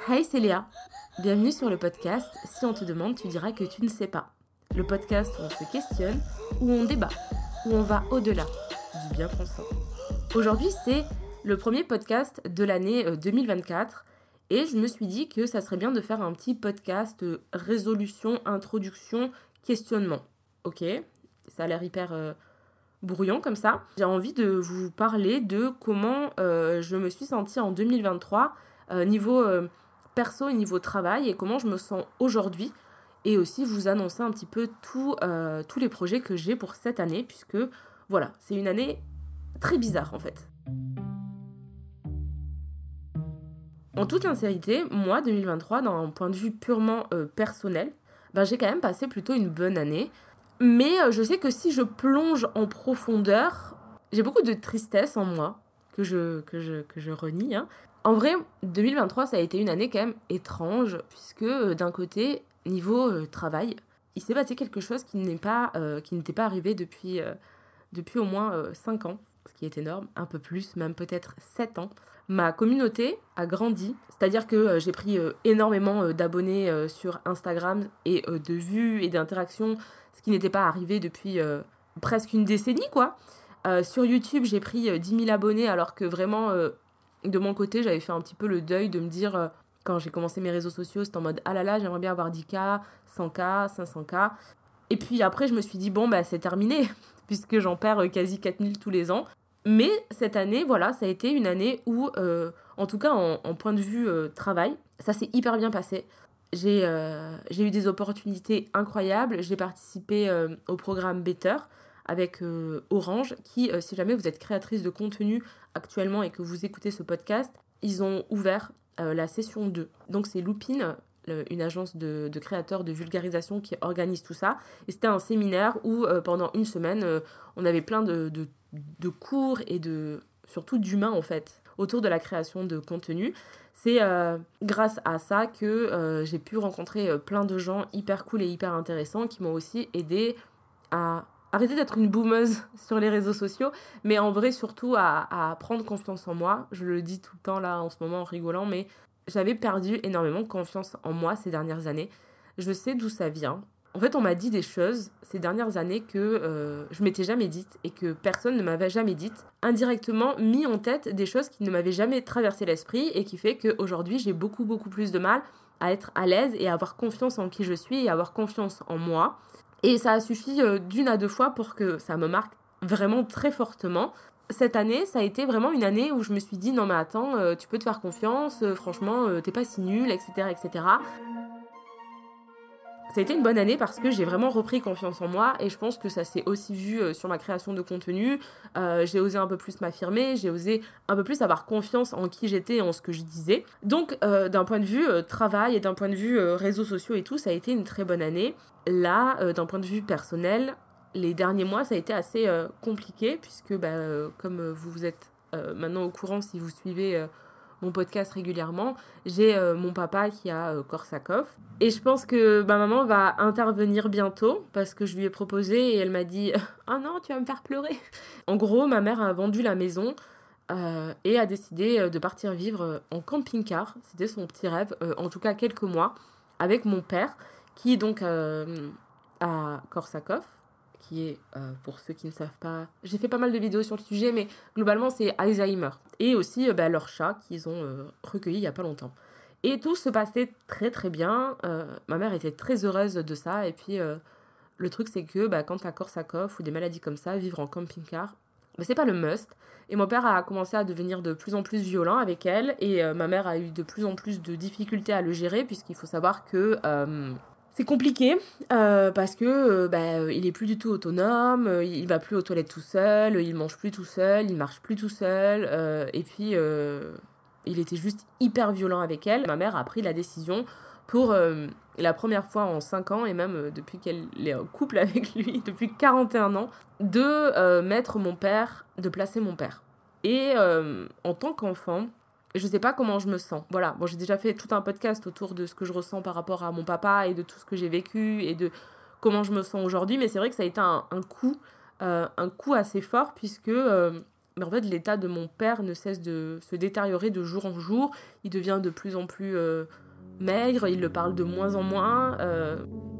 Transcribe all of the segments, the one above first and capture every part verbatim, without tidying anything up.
Hey, c'est Léa. Bienvenue sur le podcast Si on te demande, tu diras que tu ne sais pas. Le podcast où on se questionne, où on débat, où on va au-delà du bien pensant. Aujourd'hui, c'est le premier podcast de l'année deux mille vingt-quatre et je me suis dit que ça serait bien de faire un petit podcast résolution, introduction, questionnement. Ok, ça a l'air hyper euh, brouillon comme ça. J'ai envie de vous parler de comment euh, je me suis sentie en deux mille vingt-trois euh, niveau euh, perso et niveau travail et comment je me sens aujourd'hui. Et aussi vous annoncer un petit peu tout, euh, tous les projets que j'ai pour cette année puisque voilà, c'est une année très bizarre en fait. En toute sincérité, moi, deux mille vingt-trois, d'un point de vue purement euh, personnel, ben, j'ai quand même passé plutôt une bonne année. Mais euh, je sais que si je plonge en profondeur, j'ai beaucoup de tristesse en moi, que je, que je, que je renie. Hein. En vrai, deux mille vingt-trois, ça a été une année quand même étrange, puisque euh, d'un côté, niveau euh, travail, il s'est passé quelque chose qui, n'est pas, euh, qui n'était pas arrivé depuis, euh, depuis au moins euh, cinq ans, ce qui est énorme, un peu plus, même peut-être sept ans. Ma communauté a grandi, c'est-à-dire que euh, j'ai pris euh, énormément euh, d'abonnés euh, sur Instagram et euh, de vues et d'interactions, ce qui n'était pas arrivé depuis euh, presque une décennie, quoi. Euh, sur YouTube, j'ai pris euh, dix mille abonnés, alors que vraiment, euh, de mon côté, j'avais fait un petit peu le deuil de me dire, euh, quand j'ai commencé mes réseaux sociaux, c'était en mode, ah là là, j'aimerais bien avoir dix mille, cent mille, cinq cents mille. Et puis après, je me suis dit, bon, bah c'est terminé, puisque j'en perds euh, quasi quatre mille tous les ans. Mais cette année, voilà, ça a été une année où, euh, en tout cas en, en point de vue euh, travail, ça s'est hyper bien passé. J'ai, euh, j'ai eu des opportunités incroyables. J'ai participé euh, au programme Better avec euh, Orange, qui, euh, si jamais vous êtes créatrice de contenu actuellement et que vous écoutez ce podcast, ils ont ouvert euh, la session deux. Donc c'est Loopin, une agence de, de créateurs de vulgarisation qui organise tout ça. Et c'était un séminaire où euh, pendant une semaine, euh, on avait plein de, de, de cours et de, surtout d'humains en fait, autour de la création de contenu. C'est euh, grâce à ça que euh, j'ai pu rencontrer euh, plein de gens hyper cool et hyper intéressants qui m'ont aussi aidé à arrêter d'être une boumeuse sur les réseaux sociaux, mais en vrai surtout à, à prendre confiance en moi. Je le dis tout le temps là en ce moment en rigolant, mais j'avais perdu énormément confiance en moi ces dernières années. Je sais d'où ça vient. En fait, on m'a dit des choses ces dernières années que euh, je m'étais jamais dites et que personne ne m'avait jamais dites. Indirectement mis en tête des choses qui ne m'avaient jamais traversé l'esprit et qui fait qu'aujourd'hui, j'ai beaucoup, beaucoup plus de mal à être à l'aise et à avoir confiance en qui je suis et à avoir confiance en moi. Et ça a suffi euh, d'une à deux fois pour que ça me marque vraiment très fortement. Cette année, ça a été vraiment une année où je me suis dit non mais attends, euh, tu peux te faire confiance, euh, franchement, euh, t'es pas si nul, et cetera, et cetera. Ça a été une bonne année parce que j'ai vraiment repris confiance en moi et je pense que ça s'est aussi vu euh, sur ma création de contenu. Euh, j'ai osé un peu plus m'affirmer, j'ai osé un peu plus avoir confiance en qui j'étais et en ce que je disais. Donc euh, d'un point de vue euh, travail et d'un point de vue euh, réseaux sociaux et tout, ça a été une très bonne année. Là, euh, d'un point de vue personnel, les derniers mois, ça a été assez euh, compliqué puisque bah, euh, comme euh, vous vous êtes euh, maintenant au courant si vous suivez euh, mon podcast régulièrement, j'ai euh, mon papa qui a euh, Korsakoff. Et je pense que ma maman va intervenir bientôt parce que je lui ai proposé et elle m'a dit « Oh non, tu vas me faire pleurer !» En gros, ma mère a vendu la maison euh, et a décidé euh, de partir vivre en camping-car. C'était son petit rêve, euh, en tout cas quelques mois, avec mon père qui donc euh, a Korsakoff, qui est, euh, pour ceux qui ne savent pas, j'ai fait pas mal de vidéos sur le sujet, mais globalement c'est Alzheimer. Et aussi euh, bah, leur chat qu'ils ont euh, recueilli il y a pas longtemps. Et tout se passait très très bien, euh, ma mère était très heureuse de ça, et puis euh, le truc c'est que bah, quand t'as Korsakoff ou des maladies comme ça, vivre en camping-car, bah, c'est pas le must. Et mon père a commencé à devenir de plus en plus violent avec elle, et euh, ma mère a eu de plus en plus de difficultés à le gérer, puisqu'il faut savoir que... Euh, c'est compliqué euh, parce que euh, bah, il est plus du tout autonome, euh, il va plus aux toilettes tout seul, il mange plus tout seul, il marche plus tout seul, euh, et puis euh, il était juste hyper violent avec elle. Ma mère a pris la décision pour euh, la première fois en cinq ans, et même euh, depuis qu'elle est en couple avec lui, depuis quarante et un ans, de euh, mettre mon père, de placer mon père. Et euh, en tant qu'enfant, je sais pas comment je me sens. Voilà, bon, j'ai déjà fait tout un podcast autour de ce que je ressens par rapport à mon papa et de tout ce que j'ai vécu et de comment je me sens aujourd'hui, mais c'est vrai que ça a été un, un coup, euh, un coup assez fort puisque euh, Mais en fait, l'état de mon père ne cesse de se détériorer de jour en jour. Il devient de plus en plus euh, maigre, il le parle de moins en moins. Euh...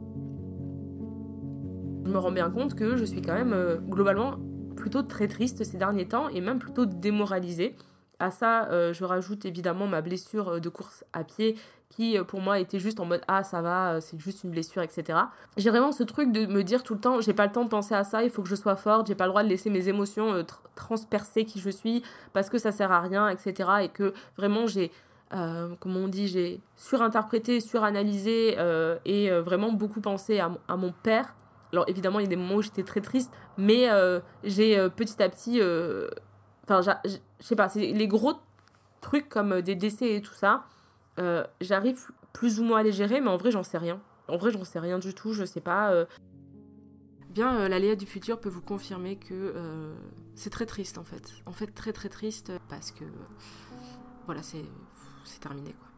Je me rends bien compte que je suis quand même euh, globalement plutôt très triste ces derniers temps et même plutôt démoralisée. À ça, euh, je rajoute évidemment ma blessure de course à pied qui, pour moi, était juste en mode « Ah, ça va, c'est juste une blessure, et cetera » J'ai vraiment ce truc de me dire tout le temps « J'ai pas le temps de penser à ça, il faut que je sois forte, j'ai pas le droit de laisser mes émotions euh, tr- transpercer qui je suis parce que ça sert à rien, et cetera » Et que vraiment, j'ai, euh, comme on dit, j'ai surinterprété, suranalysé euh, et euh, vraiment beaucoup pensé à, à mon père. Alors évidemment, il y a des moments où j'étais très triste, mais euh, j'ai euh, petit à petit... Euh, Enfin, je sais pas, c'est les gros trucs comme des décès et tout ça, euh, j'arrive plus ou moins à les gérer, mais en vrai, j'en sais rien. En vrai, j'en sais rien du tout, je sais pas. Euh... Bien, euh, l'aléa du futur peut vous confirmer que euh, c'est très triste, en fait. En fait, très très triste, parce que, voilà, c'est, c'est terminé, quoi.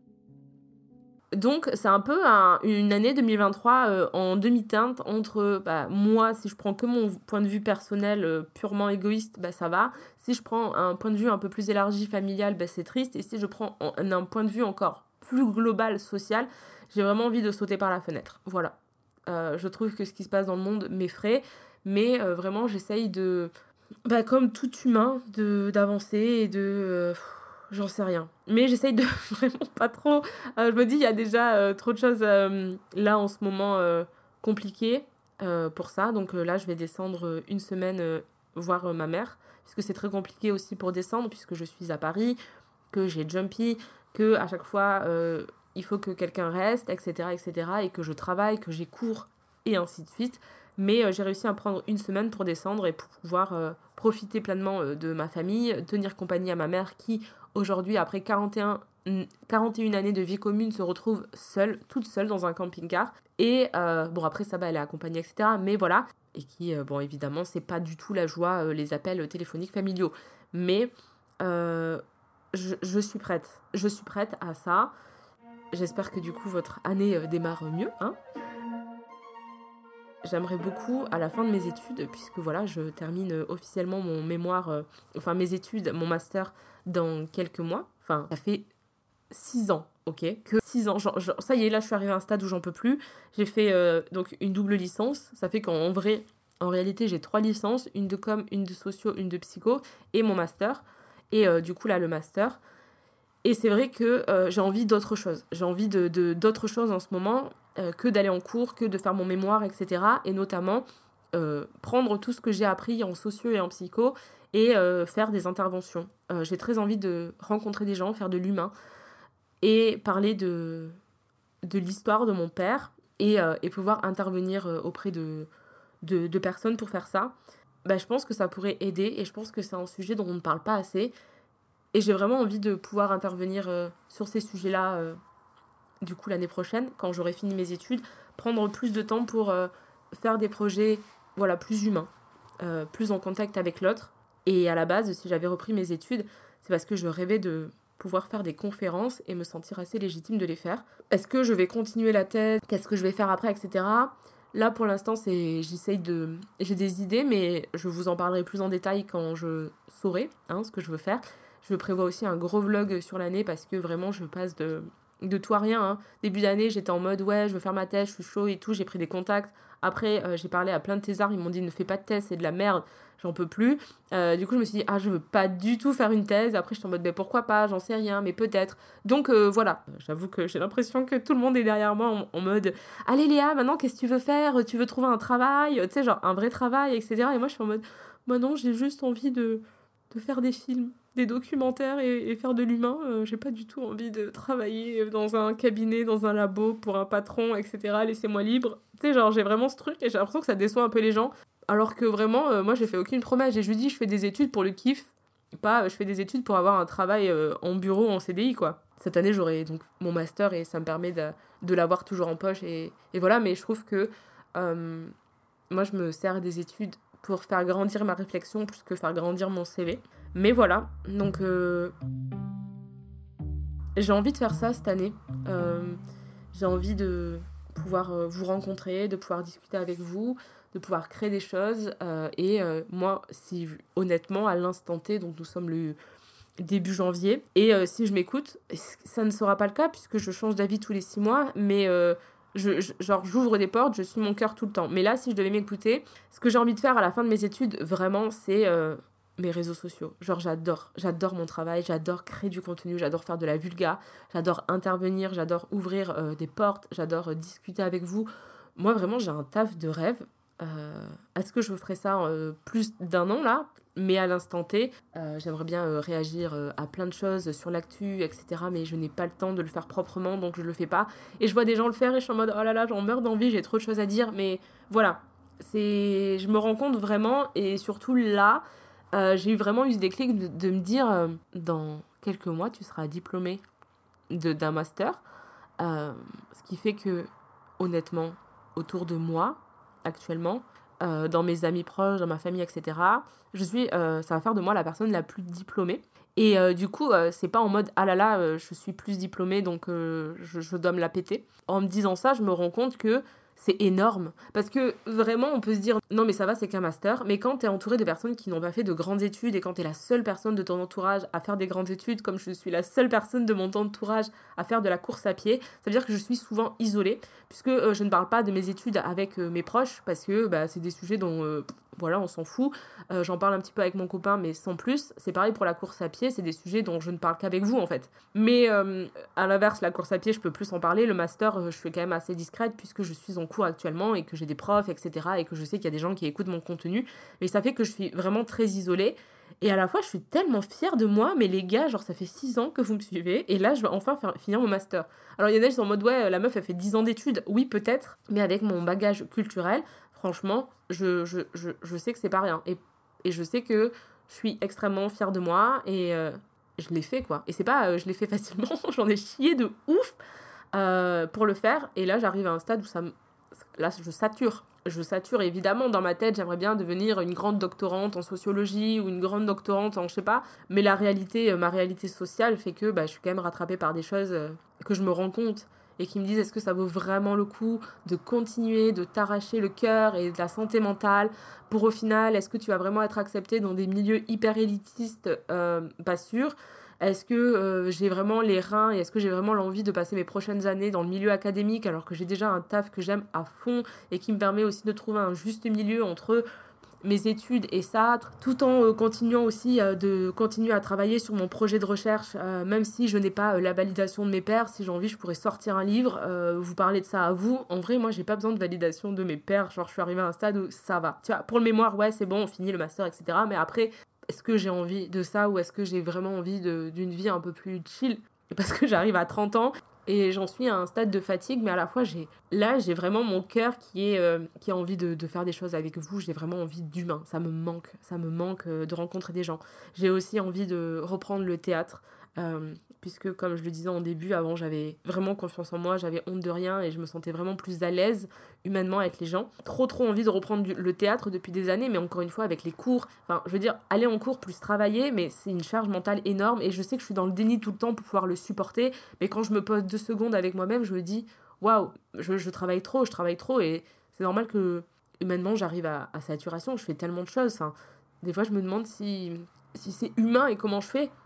Donc, c'est un peu un, une année deux mille vingt-trois euh, en demi-teinte entre bah, moi, si je prends que mon point de vue personnel euh, purement égoïste, bah, ça va. Si je prends un point de vue un peu plus élargi, familial, bah, c'est triste. Et si je prends un, un point de vue encore plus global, social, j'ai vraiment envie de sauter par la fenêtre. Voilà. Euh, je trouve que ce qui se passe dans le monde m'effraie, mais euh, vraiment, j'essaye de, bah, comme tout humain, de, d'avancer et de... Euh, J'en sais rien. Mais j'essaye de vraiment pas trop... Euh, je me dis, il y a déjà euh, trop de choses euh, là en ce moment euh, compliquées euh, pour ça. Donc euh, là, je vais descendre euh, une semaine euh, voir euh, ma mère. Puisque c'est très compliqué aussi pour descendre, puisque je suis à Paris, que j'ai Jumpy, que à chaque fois, euh, il faut que quelqu'un reste, et cetera, et cetera. Et que je travaille, que j'ai cours, et ainsi de suite. Mais euh, j'ai réussi à prendre une semaine pour descendre et pour pouvoir euh, profiter pleinement euh, de ma famille, tenir compagnie à ma mère qui... Aujourd'hui, après quarante et un, quarante et une années de vie commune, se retrouve seule, toute seule dans un camping-car. Et euh, bon, après ça va, elle est accompagnée, et cetera. Mais voilà. Et qui, euh, bon, évidemment, c'est pas du tout la joie, euh, les appels téléphoniques familiaux. Mais euh, je, je suis prête. Je suis prête à ça. J'espère que du coup, votre année euh, démarre mieux, hein. J'aimerais beaucoup, à la fin de mes études, puisque voilà, je termine officiellement mon mémoire, euh, enfin mes études, mon master dans quelques mois. Enfin, ça fait six ans, ok, que six ans. Genre, genre, ça y est, là, je suis arrivée à un stade où j'en peux plus. J'ai fait euh, donc une double licence. Ça fait qu'en vrai, en réalité, j'ai trois licences, une de com, une de socio, une de psycho, et mon master. Et euh, du coup, là, le master. Et c'est vrai que euh, j'ai envie d'autre chose. J'ai envie de, de, d'autre chose en ce moment euh, que d'aller en cours, que de faire mon mémoire, et cetera. Et notamment euh, prendre tout ce que j'ai appris en socio et en psycho et euh, faire des interventions. Euh, j'ai très envie de rencontrer des gens, faire de l'humain et parler de, de l'histoire de mon père et, euh, et pouvoir intervenir euh, auprès de, de, de personnes pour faire ça. Bah, je pense que ça pourrait aider et je pense que c'est un sujet dont on ne parle pas assez. Et j'ai vraiment envie de pouvoir intervenir euh, sur ces sujets-là, euh, du coup, l'année prochaine, quand j'aurai fini mes études, prendre plus de temps pour euh, faire des projets, voilà, plus humains, euh, plus en contact avec l'autre. Et à la base, si j'avais repris mes études, c'est parce que je rêvais de pouvoir faire des conférences et me sentir assez légitime de les faire. Est-ce que je vais continuer la thèse? Qu'est-ce que je vais faire après, et cetera. Là, pour l'instant, c'est, j'essaye de... J'ai des idées, mais je vous en parlerai plus en détail quand je saurai hein, ce que je veux faire. Je prévois aussi un gros vlog sur l'année parce que vraiment, je passe de, de tout à rien. Hein. Début d'année, j'étais en mode, ouais, je veux faire ma thèse, je suis chaud et tout. J'ai pris des contacts. Après, euh, j'ai parlé à plein de thésards. Ils m'ont dit, ne fais pas de thèse, c'est de la merde. J'en peux plus. Euh, du coup, je me suis dit, ah, je veux pas du tout faire une thèse. Après, j'étais en mode, mais pourquoi pas, j'en sais rien, mais peut-être. Donc, euh, voilà. J'avoue que j'ai l'impression que tout le monde est derrière moi en, en mode, allez Léa, maintenant, qu'est-ce que tu veux faire? Tu veux trouver un travail? Tu sais, genre, un vrai travail, et cetera. Et moi, je suis en mode, moi non, j'ai juste envie de, de faire des films, des documentaires et, et faire de l'humain. Euh, j'ai pas du tout envie de travailler dans un cabinet, dans un labo, pour un patron, et cetera. Laissez-moi libre. Tu sais, genre, j'ai vraiment ce truc et j'ai l'impression que ça déçoit un peu les gens. Alors que vraiment, euh, moi, j'ai fait aucune promesse. J'ai juste dit, je fais des études pour le kiff. Pas, euh, je fais des études pour avoir un travail euh, en bureau, en C D I, quoi. Cette année, j'aurai donc mon master et ça me permet de, de l'avoir toujours en poche. Et, et voilà, mais je trouve que euh, moi, je me sers des études pour faire grandir ma réflexion plus que faire grandir mon C V. Mais voilà, donc euh, j'ai envie de faire ça cette année. Euh, j'ai envie de pouvoir euh, vous rencontrer, de pouvoir discuter avec vous, de pouvoir créer des choses. Euh, et euh, moi, si honnêtement, à l'instant T, donc nous sommes le début janvier, et euh, si je m'écoute, ça ne sera pas le cas puisque je change d'avis tous les six mois, mais euh, je, je, genre j'ouvre des portes, je suis mon cœur tout le temps. Mais là, si je devais m'écouter, ce que j'ai envie de faire à la fin de mes études, vraiment, c'est euh, mes réseaux sociaux. Genre j'adore, j'adore mon travail, j'adore créer du contenu, j'adore faire de la vulga, j'adore intervenir, j'adore ouvrir euh, des portes, j'adore euh, discuter avec vous. Moi, vraiment, j'ai un taf de rêve. Euh, est-ce que je ferai ça euh, plus d'un an là? Mais à l'instant T, euh, j'aimerais bien euh, réagir euh, à plein de choses sur l'actu, et cetera. Mais je n'ai pas le temps de le faire proprement, donc je le fais pas. Et je vois des gens le faire et je suis en mode oh là là, j'en meurs d'envie, j'ai trop de choses à dire. Mais voilà, c'est, je me rends compte vraiment, et surtout là, euh, j'ai eu vraiment eu ce déclic de, de me dire euh, dans quelques mois, tu seras diplômé de, d'un master. Euh, ce qui fait que, honnêtement, autour de moi, actuellement, euh, dans mes amis proches, dans ma famille, et cetera, je suis, euh, ça va faire de moi la personne la plus diplômée. Et euh, du coup, euh, c'est pas en mode ah là là, euh, je suis plus diplômée donc euh, je, je dois me la péter. En me disant ça, je me rends compte que c'est énorme. Parce que vraiment, on peut se dire non, mais ça va, c'est qu'un master. Mais quand t'es entouré de personnes qui n'ont pas fait de grandes études et quand t'es la seule personne de ton entourage à faire des grandes études, comme je suis la seule personne de mon entourage à faire de la course à pied, ça veut dire que je suis souvent isolée, puisque euh, je ne parle pas de mes études avec euh, mes proches, parce que bah, c'est des sujets dont euh, voilà, on s'en fout. Euh, j'en parle un petit peu avec mon copain, mais sans plus. C'est pareil pour la course à pied, c'est des sujets dont je ne parle qu'avec vous, en fait. Mais euh, à l'inverse, la course à pied, je peux plus en parler. Le master, euh, je suis quand même assez discrète, puisque je suis en cours actuellement et que j'ai des profs, et cetera. Et que je sais qu'il y a des gens qui écoutent mon contenu. Mais ça fait que je suis vraiment très isolée. Et à la fois, je suis tellement fière de moi, mais les gars, genre, ça fait six ans que vous me suivez, et là, je vais enfin faire, finir mon master. Alors, il y en a qui sont en mode, ouais, la meuf, elle fait dix ans d'études. Oui, peut-être, mais avec mon bagage culturel, franchement, je, je, je, je sais que c'est pas rien. Et, et je sais que je suis extrêmement fière de moi, et euh, je l'ai fait, quoi. Et c'est pas, euh, je l'ai fait facilement, j'en ai chié de ouf euh, pour le faire, et là, j'arrive à un stade où ça me... Là, je sature. Je sature, évidemment, dans ma tête, j'aimerais bien devenir une grande doctorante en sociologie ou une grande doctorante en je sais pas, mais la réalité, ma réalité sociale fait que bah, je suis quand même rattrapée par des choses euh, que je me rends compte et qui me disent est-ce que ça vaut vraiment le coup de continuer, de t'arracher le cœur et de la santé mentale pour au final, est-ce que tu vas vraiment être acceptée dans des milieux hyper élitistes euh, pas sûr. Est-ce que euh, j'ai vraiment les reins et est-ce que j'ai vraiment l'envie de passer mes prochaines années dans le milieu académique alors que j'ai déjà un taf que j'aime à fond et qui me permet aussi de trouver un juste milieu entre mes études et ça, tout en euh, continuant aussi euh, de continuer à travailler sur mon projet de recherche, euh, même si je n'ai pas euh, la validation de mes pairs. Si j'ai envie, je pourrais sortir un livre, euh, vous parler de ça à vous. En vrai, moi, j'ai pas besoin de validation de mes pairs. Genre, je suis arrivée à un stade où ça va. Tu vois, pour le mémoire, ouais, c'est bon, on finit le master, et cetera. Mais après, est-ce que j'ai envie de ça ou est-ce que j'ai vraiment envie de, d'une vie un peu plus chill? Parce que j'arrive à trente ans et j'en suis à un stade de fatigue, mais à la fois, j'ai, là, j'ai vraiment mon cœur qui, est, euh, qui a envie de, de faire des choses avec vous. J'ai vraiment envie d'humain. Ça me manque. Ça me manque euh, de rencontrer des gens. J'ai aussi envie de reprendre le théâtre. Euh, puisque, comme je le disais en début, avant, j'avais vraiment confiance en moi, j'avais honte de rien et je me sentais vraiment plus à l'aise humainement avec les gens. Trop, trop envie de reprendre du, le théâtre depuis des années, mais encore une fois, avec les cours. Enfin, je veux dire, aller en cours plus travailler, mais c'est une charge mentale énorme et je sais que je suis dans le déni tout le temps pour pouvoir le supporter. Mais quand je me pose deux secondes avec moi-même, je me dis, waouh, je, je travaille trop, je travaille trop et c'est normal que humainement, j'arrive à, à saturation. Je fais tellement de choses. Enfin, des fois, je me demande si, si c'est humain et comment je fais.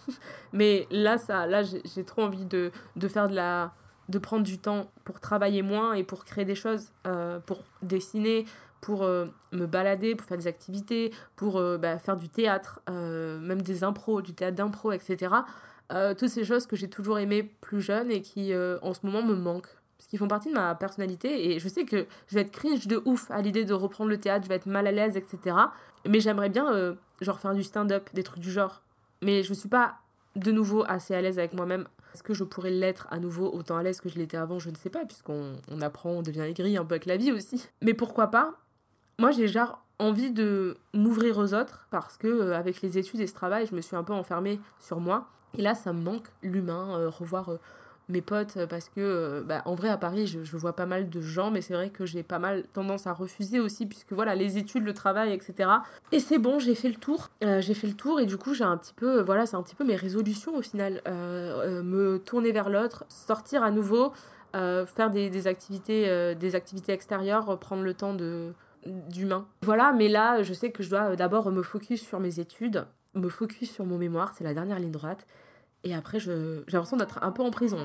Mais là, ça, là j'ai, j'ai trop envie de, de faire de la... de prendre du temps pour travailler moins et pour créer des choses, euh, pour dessiner, pour euh, me balader, pour faire des activités, pour euh, bah, faire du théâtre, euh, même des impros, du théâtre d'impro, et cetera. Euh, toutes ces choses que j'ai toujours aimées plus jeune et qui, euh, en ce moment, me manquent. Parce qu'ils font partie de ma personnalité et je sais que je vais être cringe de ouf à l'idée de reprendre le théâtre, je vais être mal à l'aise, et cetera. Mais j'aimerais bien, euh, genre, faire du stand-up, des trucs du genre. Mais je suis pas de nouveau assez à l'aise avec moi-même. Est-ce que je pourrais l'être à nouveau autant à l'aise que je l'étais avant? Je ne sais pas, puisqu'on on apprend, on devient aigri un peu avec la vie aussi. Mais pourquoi pas? Moi, j'ai genre envie de m'ouvrir aux autres parce que euh, avec les études et ce travail, je me suis un peu enfermée sur moi. Et là, ça me manque l'humain, euh, revoir euh, mes potes parce que, euh, bah, en vrai, à Paris, je, je vois pas mal de gens, mais c'est vrai que j'ai pas mal tendance à refuser aussi, puisque voilà, les études, le travail, et cetera. Et c'est bon, j'ai fait le tour. Euh, j'ai fait le tour et du coup, j'ai un petit peu, euh, voilà, c'est un petit peu mes résolutions au final. Euh, euh, me tourner vers l'autre, sortir à nouveau, euh, faire des, des activités, euh, des activités extérieures, prendre le temps de d'humain. Voilà, mais là, je sais que je dois d'abord me focus sur mes études, me focus sur mon mémoire, c'est la dernière ligne droite. Et après, je, j'ai l'impression d'être un peu en prison.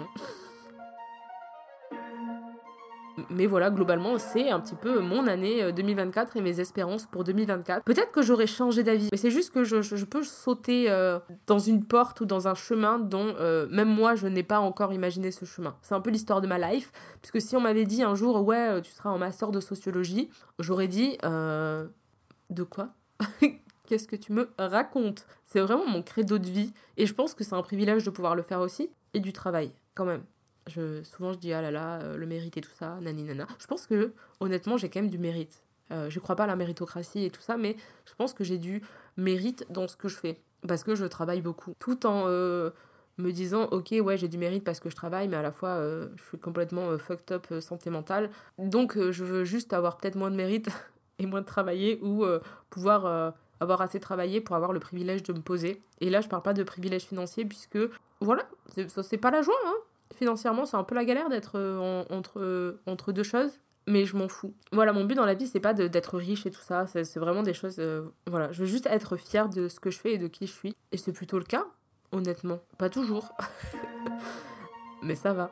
Mais voilà, globalement, c'est un petit peu mon année deux mille vingt-quatre et mes espérances pour deux mille vingt-quatre. Peut-être que j'aurais changé d'avis, mais c'est juste que je, je, je peux sauter euh, dans une porte ou dans un chemin dont euh, même moi, je n'ai pas encore imaginé ce chemin. C'est un peu l'histoire de ma life, puisque si on m'avait dit un jour, ouais, tu seras en master de sociologie, j'aurais dit, euh, de quoi ? Qu'est-ce que tu me racontes ? C'est vraiment mon credo de vie, et je pense que c'est un privilège de pouvoir le faire aussi, et du travail, quand même. Je, souvent je dis ah là là, euh, le mérite et tout ça, nani nana. Je pense que honnêtement j'ai quand même du mérite. Euh, je crois pas à la méritocratie et tout ça, mais je pense que j'ai du mérite dans ce que je fais. Parce que je travaille beaucoup. Tout en euh, me disant ok ouais j'ai du mérite parce que je travaille, mais à la fois euh, je suis complètement euh, fucked up euh, santé mentale. Donc euh, je veux juste avoir peut-être moins de mérite et moins de travailler ou euh, pouvoir euh, avoir assez travaillé pour avoir le privilège de me poser. Et là je parle pas de privilège financier puisque voilà, c'est, ça, c'est pas la joie hein. Financièrement, c'est un peu la galère d'être euh, en, entre, euh, entre deux choses, mais je m'en fous. Voilà, mon but dans la vie, c'est pas de, d'être riche et tout ça, c'est, c'est vraiment des choses... Euh, voilà, je veux juste être fière de ce que je fais et de qui je suis. Et c'est plutôt le cas, honnêtement. Pas toujours. Mais ça va.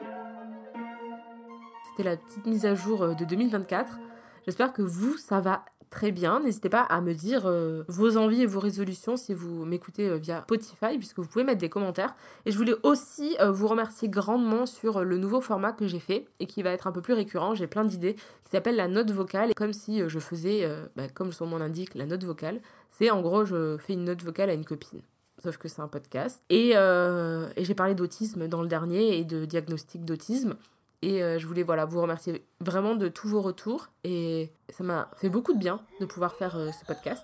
C'était la petite mise à jour de deux mille vingt-quatre. J'espère que vous, ça va très bien. N'hésitez pas à me dire euh, vos envies et vos résolutions si vous m'écoutez euh, via Spotify, puisque vous pouvez mettre des commentaires. Et je voulais aussi euh, vous remercier grandement sur le nouveau format que j'ai fait et qui va être un peu plus récurrent. J'ai plein d'idées qui s'appelle la note vocale. Comme si euh, je faisais, euh, bah, comme son nom l'indique, la note vocale. C'est en gros, je fais une note vocale à une copine. Sauf que c'est un podcast. Et, euh, et j'ai parlé d'autisme dans le dernier et de diagnostic d'autisme. Et euh, je voulais voilà, vous remercier vraiment de tous vos retours. Et ça m'a fait beaucoup de bien de pouvoir faire euh, ce podcast.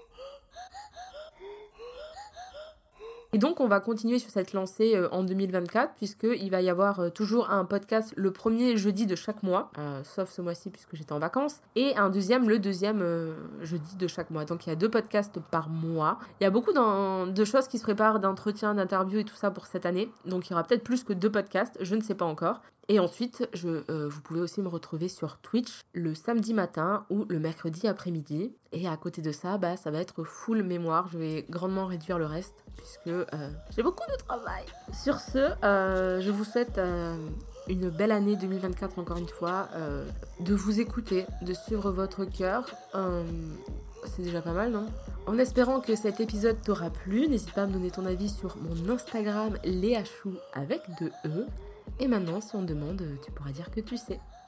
Et donc, on va continuer sur cette lancée euh, en deux mille vingt-quatre, puisqu'il va y avoir euh, toujours un podcast le premier jeudi de chaque mois, euh, sauf ce mois-ci puisque j'étais en vacances, et un deuxième le deuxième euh, jeudi de chaque mois. Donc, il y a deux podcasts par mois. Il y a beaucoup de choses qui se préparent, d'entretiens, d'interviews et tout ça pour cette année. Donc, il y aura peut-être plus que deux podcasts, je ne sais pas encore. Et ensuite, je, euh, vous pouvez aussi me retrouver sur Twitch le samedi matin ou le mercredi après-midi. Et à côté de ça, bah, ça va être full mémoire. Je vais grandement réduire le reste puisque euh, j'ai beaucoup de travail. Sur ce, euh, je vous souhaite euh, une belle année deux mille vingt-quatre encore une fois. Euh, de vous écouter, de suivre votre cœur. Euh, c'est déjà pas mal, non ? En espérant que cet épisode t'aura plu, n'hésite pas à me donner ton avis sur mon Instagram léachou avec deux E. Et maintenant, si on demande, tu pourras dire que tu sais.